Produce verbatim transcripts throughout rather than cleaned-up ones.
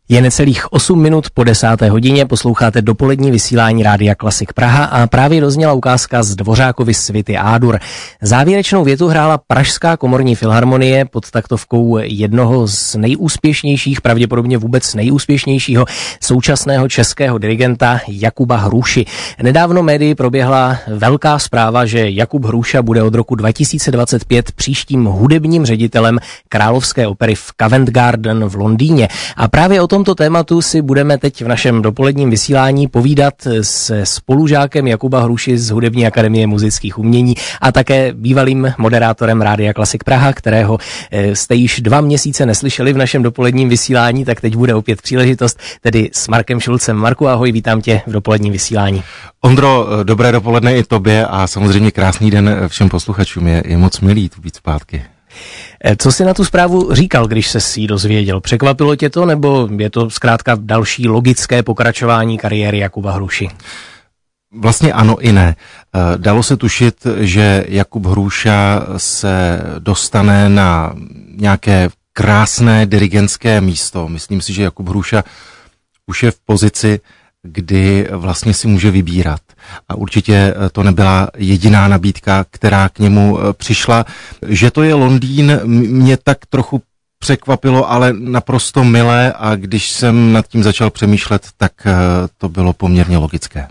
Je necelých osm minut po desáté hodině, posloucháte dopolední vysílání Rádia Klasik Praha a právě dozněla ukázka z Dvořákovy svity A-dur. Závěrečnou větu hrála Pražská komorní filharmonie pod taktovkou jednoho z nejúspěšnějších, pravděpodobně vůbec nejúspěšnějšího současného českého dirigenta Jakuba Hruši. Nedávno médii proběhla velká zpráva, že Jakub Hruša bude od roku dva tisíce dvacet pět příštím hudebním ředitelem Královské opery v Covent Garden v Londýně. A právě o tomto tématu si budeme teď v našem dopoledním vysílání povídat se spolužákem Jakuba Hruši z Hudební akademie muzických umění a také bývalým moderátorem Rádia Klasik Praha, kterého jste již dva měsíce neslyšeli v našem dopoledním vysílání, tak teď bude opět příležitost, tedy s Markem Šulcem. Marku, ahoj, vítám tě v dopoledním vysílání. Ondro, dobré dopoledne i tobě a samozřejmě krásný den všem posluchačům. Je, je moc milý tu být zpátky. Co jsi na tu zprávu říkal, když ses jí dozvěděl? Překvapilo tě to, nebo je to zkrátka další logické pokračování kariéry Jakuba Hruši? Vlastně ano i ne. Dalo se tušit, že Jakub Hruša se dostane na nějaké krásné dirigentské místo. Myslím si, že Jakub Hruša už je v pozici, kdy vlastně si může vybírat. A určitě to nebyla jediná nabídka, která k němu přišla. Že to je Londýn, mě tak trochu překvapilo, ale naprosto milé, a když jsem nad tím začal přemýšlet, tak to bylo poměrně logické.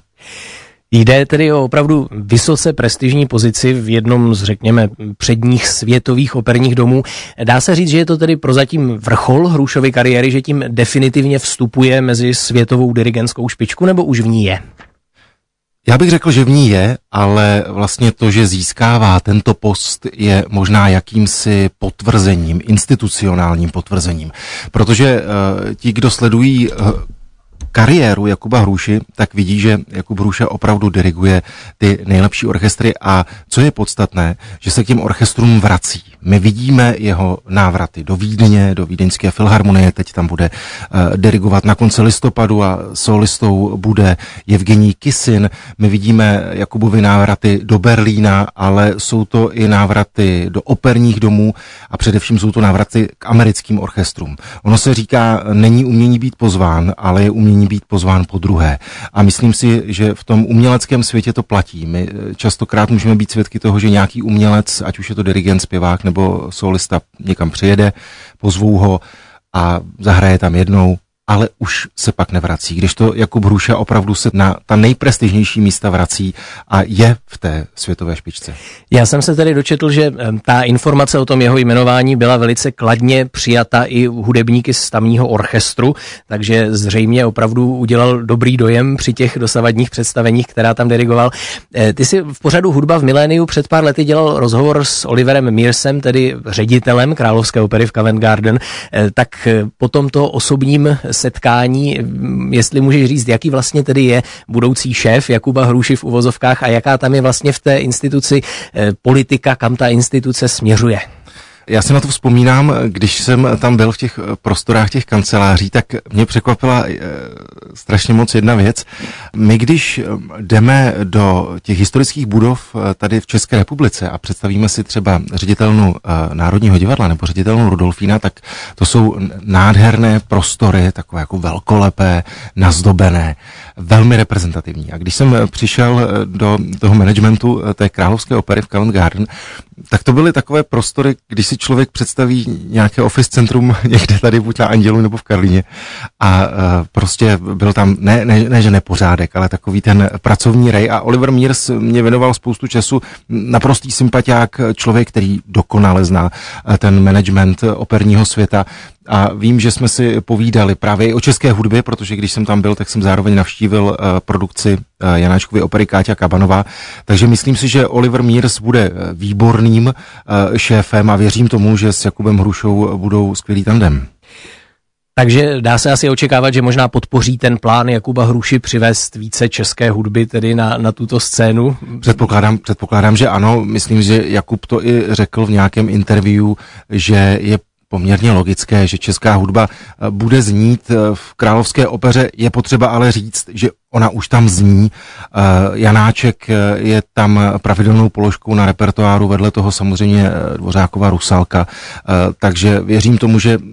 Jde tedy o opravdu vysoce prestižní pozici v jednom z, řekněme, předních světových operních domů. Dá se říct, že je to tedy prozatím vrchol Hrušovy kariéry, že tím definitivně vstupuje mezi světovou dirigentskou špičku, nebo už v ní je? Já bych řekl, že v ní je, ale vlastně to, že získává tento post, je možná jakýmsi potvrzením, institucionálním potvrzením. Protože uh, ti, kdo sledují uh, kariéru Jakuba Hruši, tak vidí, že Jakub Hruša opravdu diriguje ty nejlepší orchestry a co je podstatné, že se k těm orchestrům vrací. My vidíme jeho návraty do Vídně, do Vídeňské filharmonie, teď tam bude uh, dirigovat na konci listopadu a solistou bude Evgenij Kisin. My vidíme Jakubovy návraty do Berlína, ale jsou to i návraty do operních domů a především jsou to návraty k americkým orchestrům. Ono se říká, není umění být pozván, ale je umění být pozván po druhé. A myslím si, že v tom uměleckém světě to platí. My častokrát můžeme být svědky toho, že nějaký umělec, ať už je to dirigent, zpěvák nebo solista, někam přijede, pozvou ho a zahraje tam jednou, ale už se pak nevrací. Když to Jakub Hruša opravdu se na ta nejprestižnější místa vrací a je v té světové špičce. Já jsem se tedy dočetl, že ta informace o tom jeho jmenování byla velice kladně přijata i hudebníky z tamního orchestru, takže zřejmě opravdu udělal dobrý dojem při těch dosavadních představeních, která tam dirigoval. Ty si v pořadu Hudba v miléniu před pár lety dělal rozhovor s Oliverem Mearsem, tedy ředitelem Královské opery v Covent Garden, tak po tomto osobním setkání, jestli můžeš říct, jaký vlastně tedy je budoucí šéf Jakuba Hruši v uvozovkách a jaká tam je vlastně v té instituci eh, politika, kam ta instituce směřuje. Já si na to vzpomínám, když jsem tam byl v těch prostorách těch kanceláří, tak mě překvapila e, strašně moc jedna věc. My, když jdeme do těch historických budov tady v České republice a představíme si třeba ředitelnu e, Národního divadla nebo ředitelnu Rudolfína, tak to jsou nádherné prostory, takové jako velkolepé, nazdobené, velmi reprezentativní. A když jsem přišel do toho managementu té Královské opery v Covent Garden, tak to byly takové prostory, když si člověk představí nějaké office centrum někde tady buď na Andělu nebo v Karlíně a uh, prostě byl tam, ne, ne, ne že nepořádek, ale takový ten pracovní rej a Oliver Mears mě věnoval spoustu času, naprostý sympatiák, člověk, který dokonale zná ten management operního světa. A vím, že jsme si povídali právě i o české hudbě, protože když jsem tam byl, tak jsem zároveň navštívil uh, produkci uh, Janáčkovy opery Káťa Kabanová. Takže myslím si, že Oliver Mears bude výborným uh, šéfem a věřím tomu, že s Jakubem Hrušou budou skvělý tandem. Takže dá se asi očekávat, že možná podpoří ten plán Jakuba Hruši přivést více české hudby tedy na, na tuto scénu? Předpokládám, předpokládám, že ano. Myslím, že Jakub to i řekl v nějakém interview, že je poměrně logické, že česká hudba bude znít v Královské opeře. Je potřeba ale říct, že ona už tam zní. Janáček je tam pravidelnou položkou na repertoáru, vedle toho samozřejmě Dvořákova Rusálka. Takže věřím tomu, že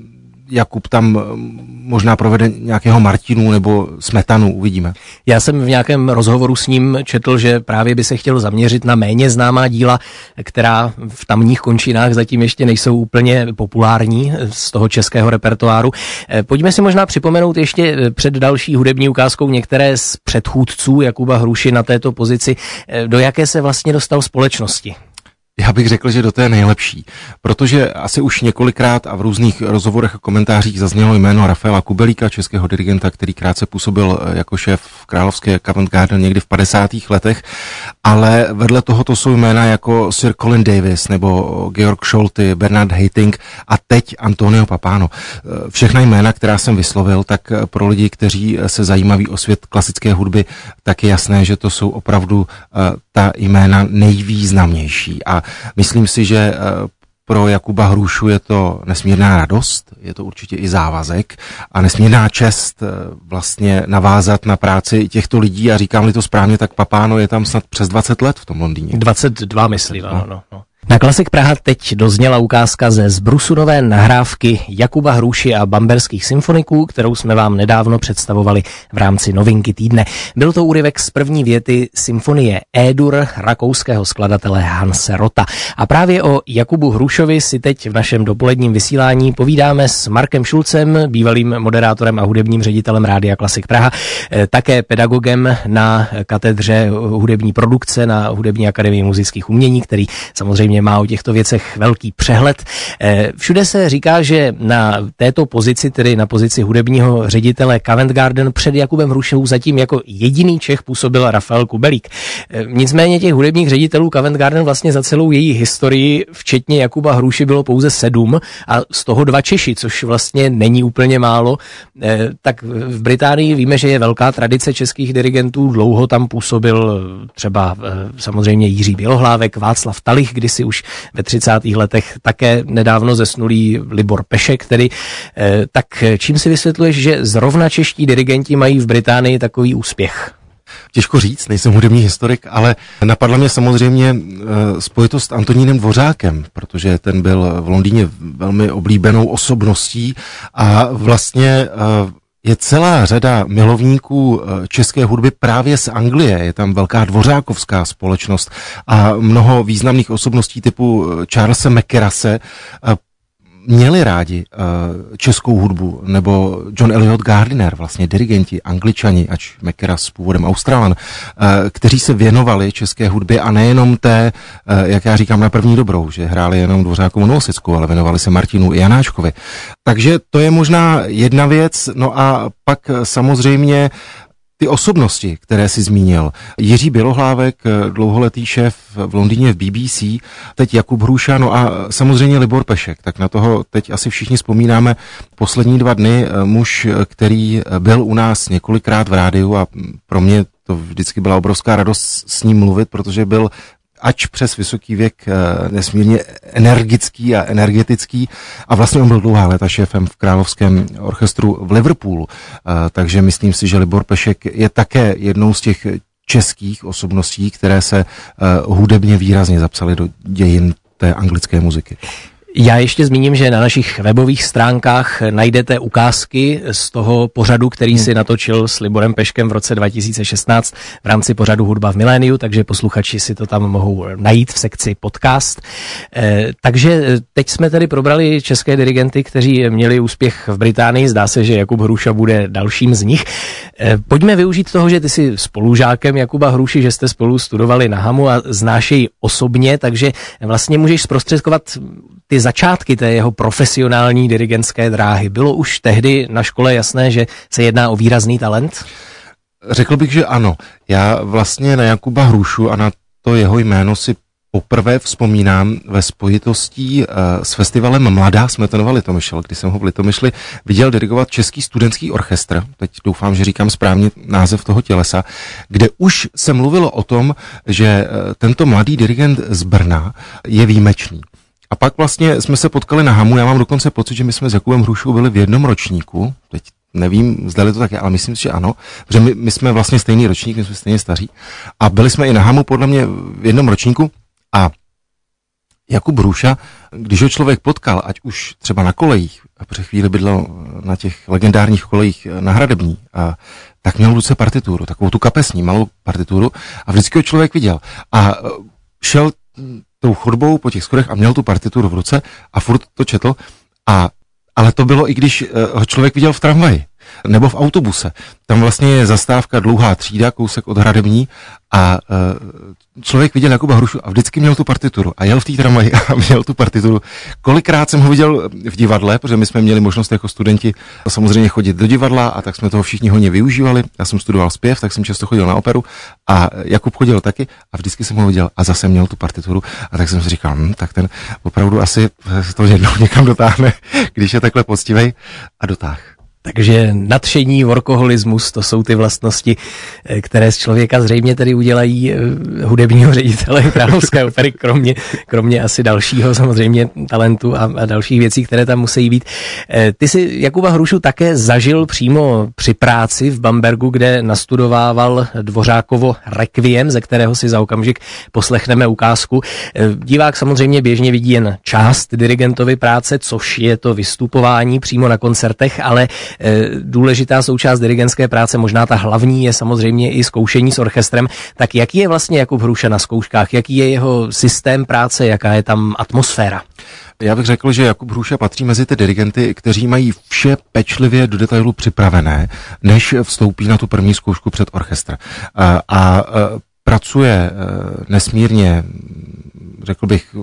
Jakub tam možná provede nějakého Martinu nebo Smetanu, uvidíme. Já jsem v nějakém rozhovoru s ním četl, že právě by se chtěl zaměřit na méně známá díla, která v tamních končinách zatím ještě nejsou úplně populární z toho českého repertoáru. Pojďme si možná připomenout ještě před další hudební ukázkou některé z předchůdců Jakuba Hruši na této pozici, do jaké se vlastně dostal společnosti. Já bych řekl, že do té nejlepší, protože asi už několikrát a v různých rozhovorech a komentářích zaznělo jméno Rafaela Kubelíka, českého dirigenta, který krátce působil jako šéf v královské Covent Garden někdy v padesátých letech, ale vedle tohoto jsou jména jako Sir Colin Davis nebo Georg Scholty, Bernard Haitink a teď Antonio Papano. Všechna jména, která jsem vyslovil, tak pro lidi, kteří se zajímaví o svět klasické hudby, tak je jasné, že to jsou opravdu ta jména nejvýznamnější. A myslím si, že pro Jakuba Hrušu je to nesmírná radost, je to určitě i závazek a nesmírná čest vlastně navázat na práci těchto lidí a říkám-li to správně, tak Papano je tam snad přes dvacet let v tom Londýně. dvacet dva myslím, ano, no, no. Na Klasik Praha teď dozněla ukázka ze zbrusunové nahrávky Jakuba Hruši a bamberských symfoniků, kterou jsme vám nedávno představovali v rámci Novinky týdne. Byl to úryvek z první věty symfonie E-dur rakouského skladatele Hanse Rotta. A právě o Jakubu Hrušovi si teď v našem dopoledním vysílání povídáme s Markem Šulcem, bývalým moderátorem a hudebním ředitelem Rádia Klasik Praha, také pedagogem na katedře hudební produkce na Hudební akademii múzických umění, který samozřejmě má o těchto věcech velký přehled. Všude se říká, že na této pozici, tedy na pozici hudebního ředitele Covent Garden před Jakubem Hrušou zatím jako jediný Čech působil Rafael Kubelík. Nicméně těch hudebních ředitelů Covent Garden vlastně za celou její historii, včetně Jakuba Hruši, bylo pouze sedm a z toho dva Češi, což vlastně není úplně málo. Tak v Británii víme, že je velká tradice českých dirigentů, dlouho tam působil třeba samozřejmě Jiří Bělohlávek, Václav Talich, kdysi už ve třicátých letech, také nedávno zesnulý Libor Pešek, tedy. Eh, tak čím si vysvětluješ, že zrovna čeští dirigenti mají v Británii takový úspěch? Těžko říct, nejsem hudební historik, ale napadla mě samozřejmě spojitost s Antonínem Dvořákem, protože ten byl v Londýně velmi oblíbenou osobností a vlastně je celá řada milovníků české hudby právě z Anglie. Je tam velká dvořákovská společnost a mnoho významných osobností typu Charlesa Mackerase měli rádi uh, českou hudbu, nebo John Eliot Gardiner, vlastně dirigenti, Angličani, ač Mackeras původem Australan, uh, kteří se věnovali české hudbě a nejenom té, uh, jak já říkám, na první dobrou, že hráli jenom Dvořákovu Novosickou, ale věnovali se Martinu i Janáčkovi. Takže to je možná jedna věc, no a pak samozřejmě ty osobnosti, které si zmínil. Jiří Bělohlávek, dlouholetý šéf v Londýně v B B C, teď Jakub Hruša, no a samozřejmě Libor Pešek. Tak na toho teď asi všichni vzpomínáme poslední dva dny. Muž, který byl u nás několikrát v rádiu a pro mě to vždycky byla obrovská radost s ním mluvit, protože byl ač přes vysoký věk nesmírně energický a energetický a vlastně on byl dlouhá léta šéfem v Královském orchestru v Liverpoolu, takže myslím si, že Libor Pešek je také jednou z těch českých osobností, které se hudebně výrazně zapsaly do dějin té anglické muziky. Já ještě zmíním, že na našich webových stránkách najdete ukázky z toho pořadu, který si natočil s Liborem Peškem v roce dva tisíce šestnáct v rámci pořadu Hudba v miléniu, takže posluchači si to tam mohou najít v sekci podcast. E, takže teď jsme tedy probrali české dirigenty, kteří měli úspěch v Británii. Zdá se, že Jakub Hruša bude dalším z nich. E, pojďme využít toho, že ty jsi spolužákem Jakuba Hruši, že jste spolu studovali na Hamu a znáš jej osobně, takže vlastně můžeš zprostředkovat ty začátky té jeho profesionální dirigentské dráhy. Bylo už tehdy na škole jasné, že se jedná o výrazný talent? Řekl bych, že ano. Já vlastně na Jakuba Hrušu a na to jeho jméno si poprvé vzpomínám ve spojitosti uh, s festivalem Mladá Smetanova Litomyšl, kdy jsem ho v Litomyšli viděl dirigovat Český studentský orchestr, teď doufám, že říkám správně název toho tělesa, kde už se mluvilo o tom, že uh, tento mladý dirigent z Brna je výjimečný. A pak vlastně jsme se potkali na Hamu, já mám dokonce pocit, že my jsme s Jakubem Hrušou byli v jednom ročníku, teď nevím, zdali to tak je, ale myslím si, že ano, protože my, my jsme vlastně stejný ročník, my jsme stejně staří a byli jsme i na Hamu podle mě v jednom ročníku a Jakub Hruša, když ho člověk potkal, ať už třeba na kolejích, a před chvíli bydlel na těch legendárních kolejích na Hradební, a tak měl v ruce partituru, takovou tu kapesní malou partituru a vždycky ho člověk viděl. A šel tou chodbou po těch schodech a měl tu partituru v ruce a furt to četl. A, ale to bylo i když ho člověk viděl v tramvaji nebo v autobuse. Tam vlastně je zastávka dlouhá třída, kousek od Hradební a e, člověk viděl Jakuba Hrušu a vždycky měl tu partituru a jel v té tramvaji a měl tu partituru. Kolikrát jsem ho viděl v divadle, protože my jsme měli možnost jako studenti samozřejmě chodit do divadla a tak jsme toho všichni hodně využívali. Já jsem studoval zpěv, tak jsem často chodil na operu a Jakub chodil taky a vždycky jsem ho viděl a zase měl tu partituru a tak jsem si říkal, hm, tak ten opravdu asi to jednou někam dotáhne, když je takhle poctivej a dotáh. Takže nadšení, workoholismus, to jsou ty vlastnosti, které z člověka zřejmě tedy udělají hudebního ředitele Královské opery, kromě, kromě asi dalšího samozřejmě talentu a, a dalších věcí, které tam musí být. Ty si Jakuba Hrušu také zažil přímo při práci v Bambergu, kde nastudovával Dvořákovo Requiem, ze kterého si za okamžik poslechneme ukázku. Divák samozřejmě běžně vidí jen část dirigentovy práce, což je to vystupování přímo na koncertech, ale důležitá součást dirigentské práce, možná ta hlavní, je samozřejmě i zkoušení s orchestrem. Tak jaký je vlastně Jakub Hruša na zkouškách? Jaký je jeho systém práce? Jaká je tam atmosféra? Já bych řekl, že Jakub Hruša patří mezi ty dirigenty, kteří mají vše pečlivě do detailu připravené, než vstoupí na tu první zkoušku před orchestr. A, a pracuje nesmírně, řekl bych,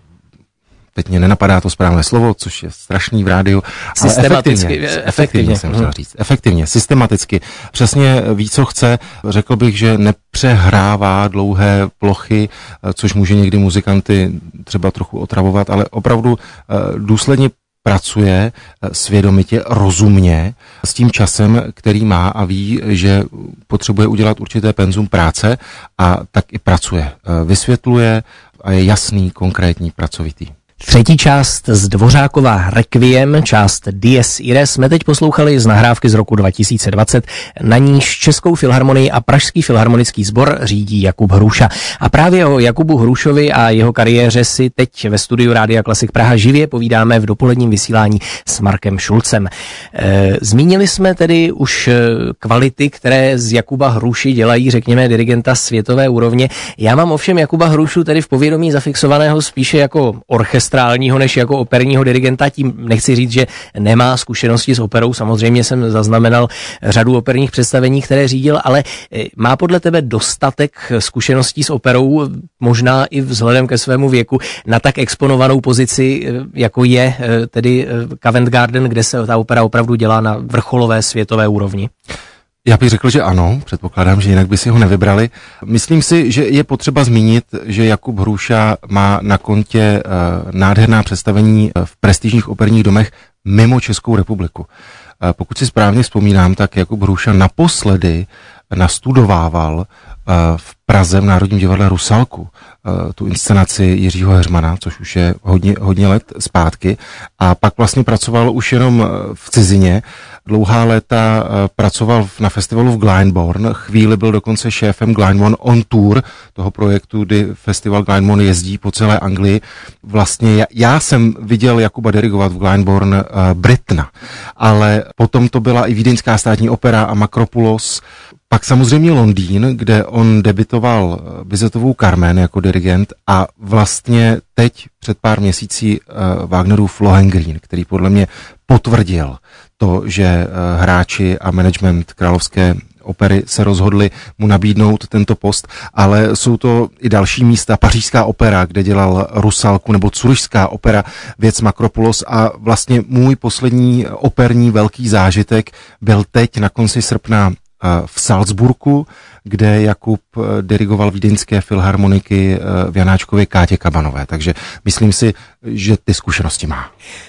teď mě nenapadá to správné slovo, což je strašný v rádiu, ale efektivně, efektivně jsem chtěl říct, efektivně, systematicky, přesně ví, co chce, řekl bych, že nepřehrává dlouhé plochy, což může někdy muzikanty třeba trochu otravovat, ale opravdu důsledně pracuje svědomitě, rozumně, s tím časem, který má a ví, že potřebuje udělat určité penzum práce a tak i pracuje. Vysvětluje a je jasný, konkrétní, pracovitý. Třetí část z Dvořákova Requiem, část Dies Irae, jsme teď poslouchali z nahrávky z roku dva tisíce dvacet, na níž Českou filharmonii a Pražský filharmonický sbor řídí Jakub Hruša. A právě o Jakubu Hrušovi a jeho kariéře si teď ve studiu Rádia Klasik Praha živě povídáme v dopoledním vysílání s Markem Šulcem. E, zmínili jsme tedy už kvality, které z Jakuba Hruši dělají, řekněme, dirigenta světové úrovně. Já mám ovšem Jakuba Hrušu tedy v povědomí zafixovaného spíše jako orchestr než jako operního dirigenta, tím nechci říct, že nemá zkušenosti s operou, samozřejmě jsem zaznamenal řadu operních představení, které řídil, ale má podle tebe dostatek zkušeností s operou, možná i vzhledem ke svému věku, na tak exponovanou pozici, jako je tedy Covent Garden, kde se ta opera opravdu dělá na vrcholové světové úrovni? Já bych řekl, že ano, předpokládám, že jinak by si ho nevybrali. Myslím si, že je potřeba zmínit, že Jakub Hruša má na kontě uh, nádherná představení v prestižních operních domech mimo Českou republiku. Uh, pokud si správně vzpomínám, tak Jakub Hruša naposledy nastudovával uh, v Praze v Národním divadle Rusalku uh, tu inscenaci Jiřího Heřmana, což už je hodně, hodně let zpátky, a pak vlastně pracoval už jenom v cizině. Dlouhá léta pracoval na festivalu v Glyndebourne, chvíli byl dokonce šéfem Glyndebourne on tour, toho projektu, kdy festival Glyndebourne jezdí po celé Anglii. Vlastně já, já jsem viděl Jakuba dirigovat v Glyndebourne uh, Britna, ale potom to byla i Vídeňská státní opera a Makropulos, pak samozřejmě Londýn, kde on debitoval Bizetovou Carmen jako dirigent a vlastně teď před pár měsící uh, Wagnerův Lohengrin, který podle mě potvrdil to, že uh, hráči a management Královské opery se rozhodli mu nabídnout tento post, ale jsou to i další místa, Pařížská opera, kde dělal Rusalku, nebo Curyšská opera, věc Makropulos, a vlastně můj poslední operní velký zážitek byl teď na konci srpna v Salzburgu, kde Jakub dirigoval vídeňské filharmoniky v Janáčkově Kátě Kabanové. Takže myslím si, že ty zkušenosti má.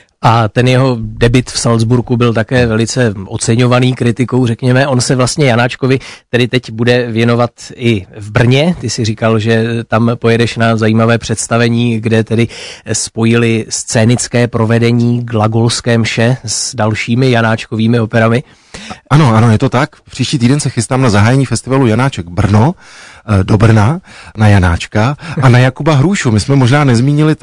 A ten jeho debut v Salzburgu byl také velice oceňovaný kritikou, řekněme. On se vlastně Janáčkovi tedy teď bude věnovat i v Brně. Ty si říkal, že tam pojedeš na zajímavé představení, kde tedy spojili scénické provedení Glagolské mše s dalšími Janáčkovými operami. Ano, ano, je to tak. Příští týden se chystám na zahájení festivalu Janáček Brno, do Brna, na Janáčka a na Jakuba Hrušu. My jsme možná nezmínili to,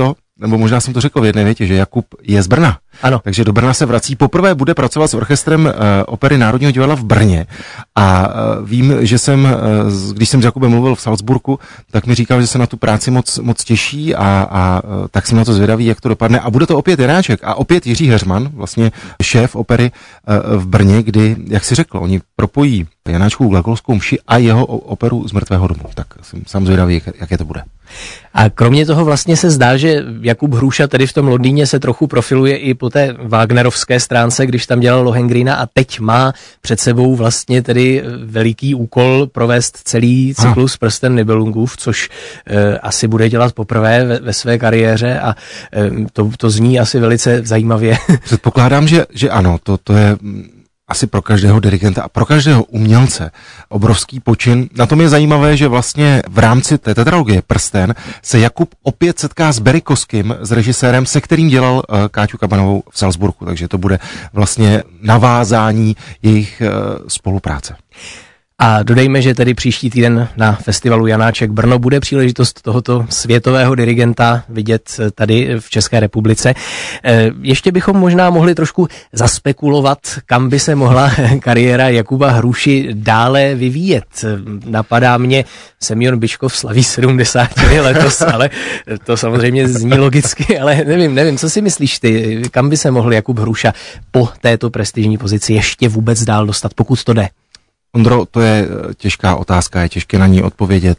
nebo možná jsem to řekl v jedné větě, že Jakub je z Brna. Ano. Takže do Brna se vrací. Poprvé bude pracovat s orchestrem uh, Opery Národního divadla v Brně. A uh, vím, že jsem, uh, když jsem s Jakubem mluvil v Salzburgu, tak mi říkal, že se na tu práci moc, moc těší a, a uh, tak jsem na to zvědavý, jak to dopadne. A bude to opět Janáček a opět Jiří Heřman, vlastně šéf opery uh, v Brně, kdy, jak si řekl, oni propojí Janáčkovu glagolskou mši a jeho operu z mrtvého domu. Tak jsem sám zvědavý, jak, jaké to bude. A kromě toho vlastně se zdá, že Jakub Hruša tady v tom Londýně se trochu profiluje i po té wagnerovské stránce, když tam dělal Lohengrina a teď má před sebou vlastně tedy veliký úkol provést celý cyklus Prsten Nibelungův, což e, asi bude dělat poprvé ve, ve své kariéře a e, to, to zní asi velice zajímavě. Předpokládám, že, že ano, to, to je asi pro každého dirigenta a pro každého umělce obrovský počin. Na tom je zajímavé, že vlastně v rámci té tetralogie Prsten se Jakub opět setká s Berikoským, s režisérem, se kterým dělal uh, Káťu Kabanovou v Salzburgu, takže to bude vlastně navázání jejich uh, spolupráce. A dodejme, že tedy příští týden na festivalu Janáček Brno bude příležitost tohoto světového dirigenta vidět tady v České republice. Ještě bychom možná mohli trošku zaspekulovat, kam by se mohla kariéra Jakuba Hruši dále vyvíjet. Napadá mě, Semjon Byčkov slaví sedmdesát letos, ale to samozřejmě zní logicky, ale nevím, nevím, co si myslíš ty, kam by se mohl Jakub Hruša po této prestižní pozici ještě vůbec dál dostat, pokud to jde? Ondro, to je těžká otázka, je těžké na ní odpovědět.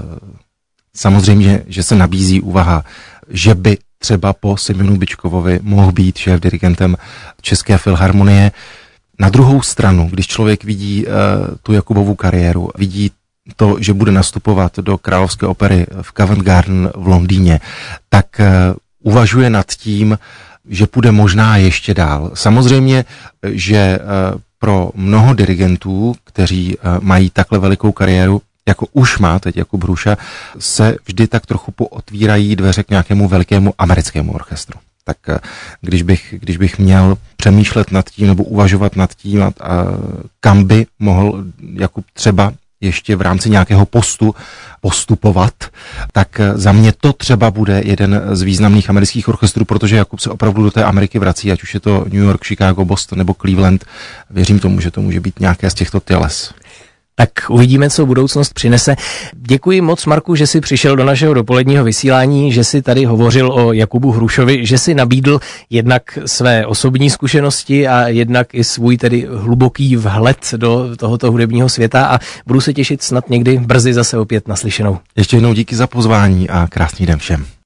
Samozřejmě, že se nabízí úvaha, že by třeba po Semjonu Byčkovovi mohl být šéf dirigentem České filharmonie. Na druhou stranu, když člověk vidí uh, tu Jakubovu kariéru, vidí to, že bude nastupovat do Královské opery v Covent Garden v Londýně, tak uh, uvažuje nad tím, že půjde možná ještě dál. Samozřejmě, že uh, pro mnoho dirigentů, kteří uh, mají takhle velikou kariéru, jako už má teď Jakub Hruša, se vždy tak trochu pootvírají dveře k nějakému velikému americkému orchestru. Tak uh, když bych, když bych měl přemýšlet nad tím nebo uvažovat nad tím, a, a, kam by mohl Jakub třeba ještě v rámci nějakého postu postupovat, tak za mě to třeba bude jeden z významných amerických orchestrů, protože Jakub se opravdu do té Ameriky vrací, ať už je to New York, Chicago, Boston nebo Cleveland. Věřím tomu, že to může být nějaké z těchto těles. Tak uvidíme, co budoucnost přinese. Děkuji moc, Marku, že jsi přišel do našeho dopoledního vysílání, že jsi tady hovořil o Jakubu Hrušovi, že jsi nabídl jednak své osobní zkušenosti a jednak i svůj tedy hluboký vhled do tohoto hudebního světa a budu se těšit snad někdy brzy zase opět naslyšenou. Ještě jednou díky za pozvání a krásný den všem.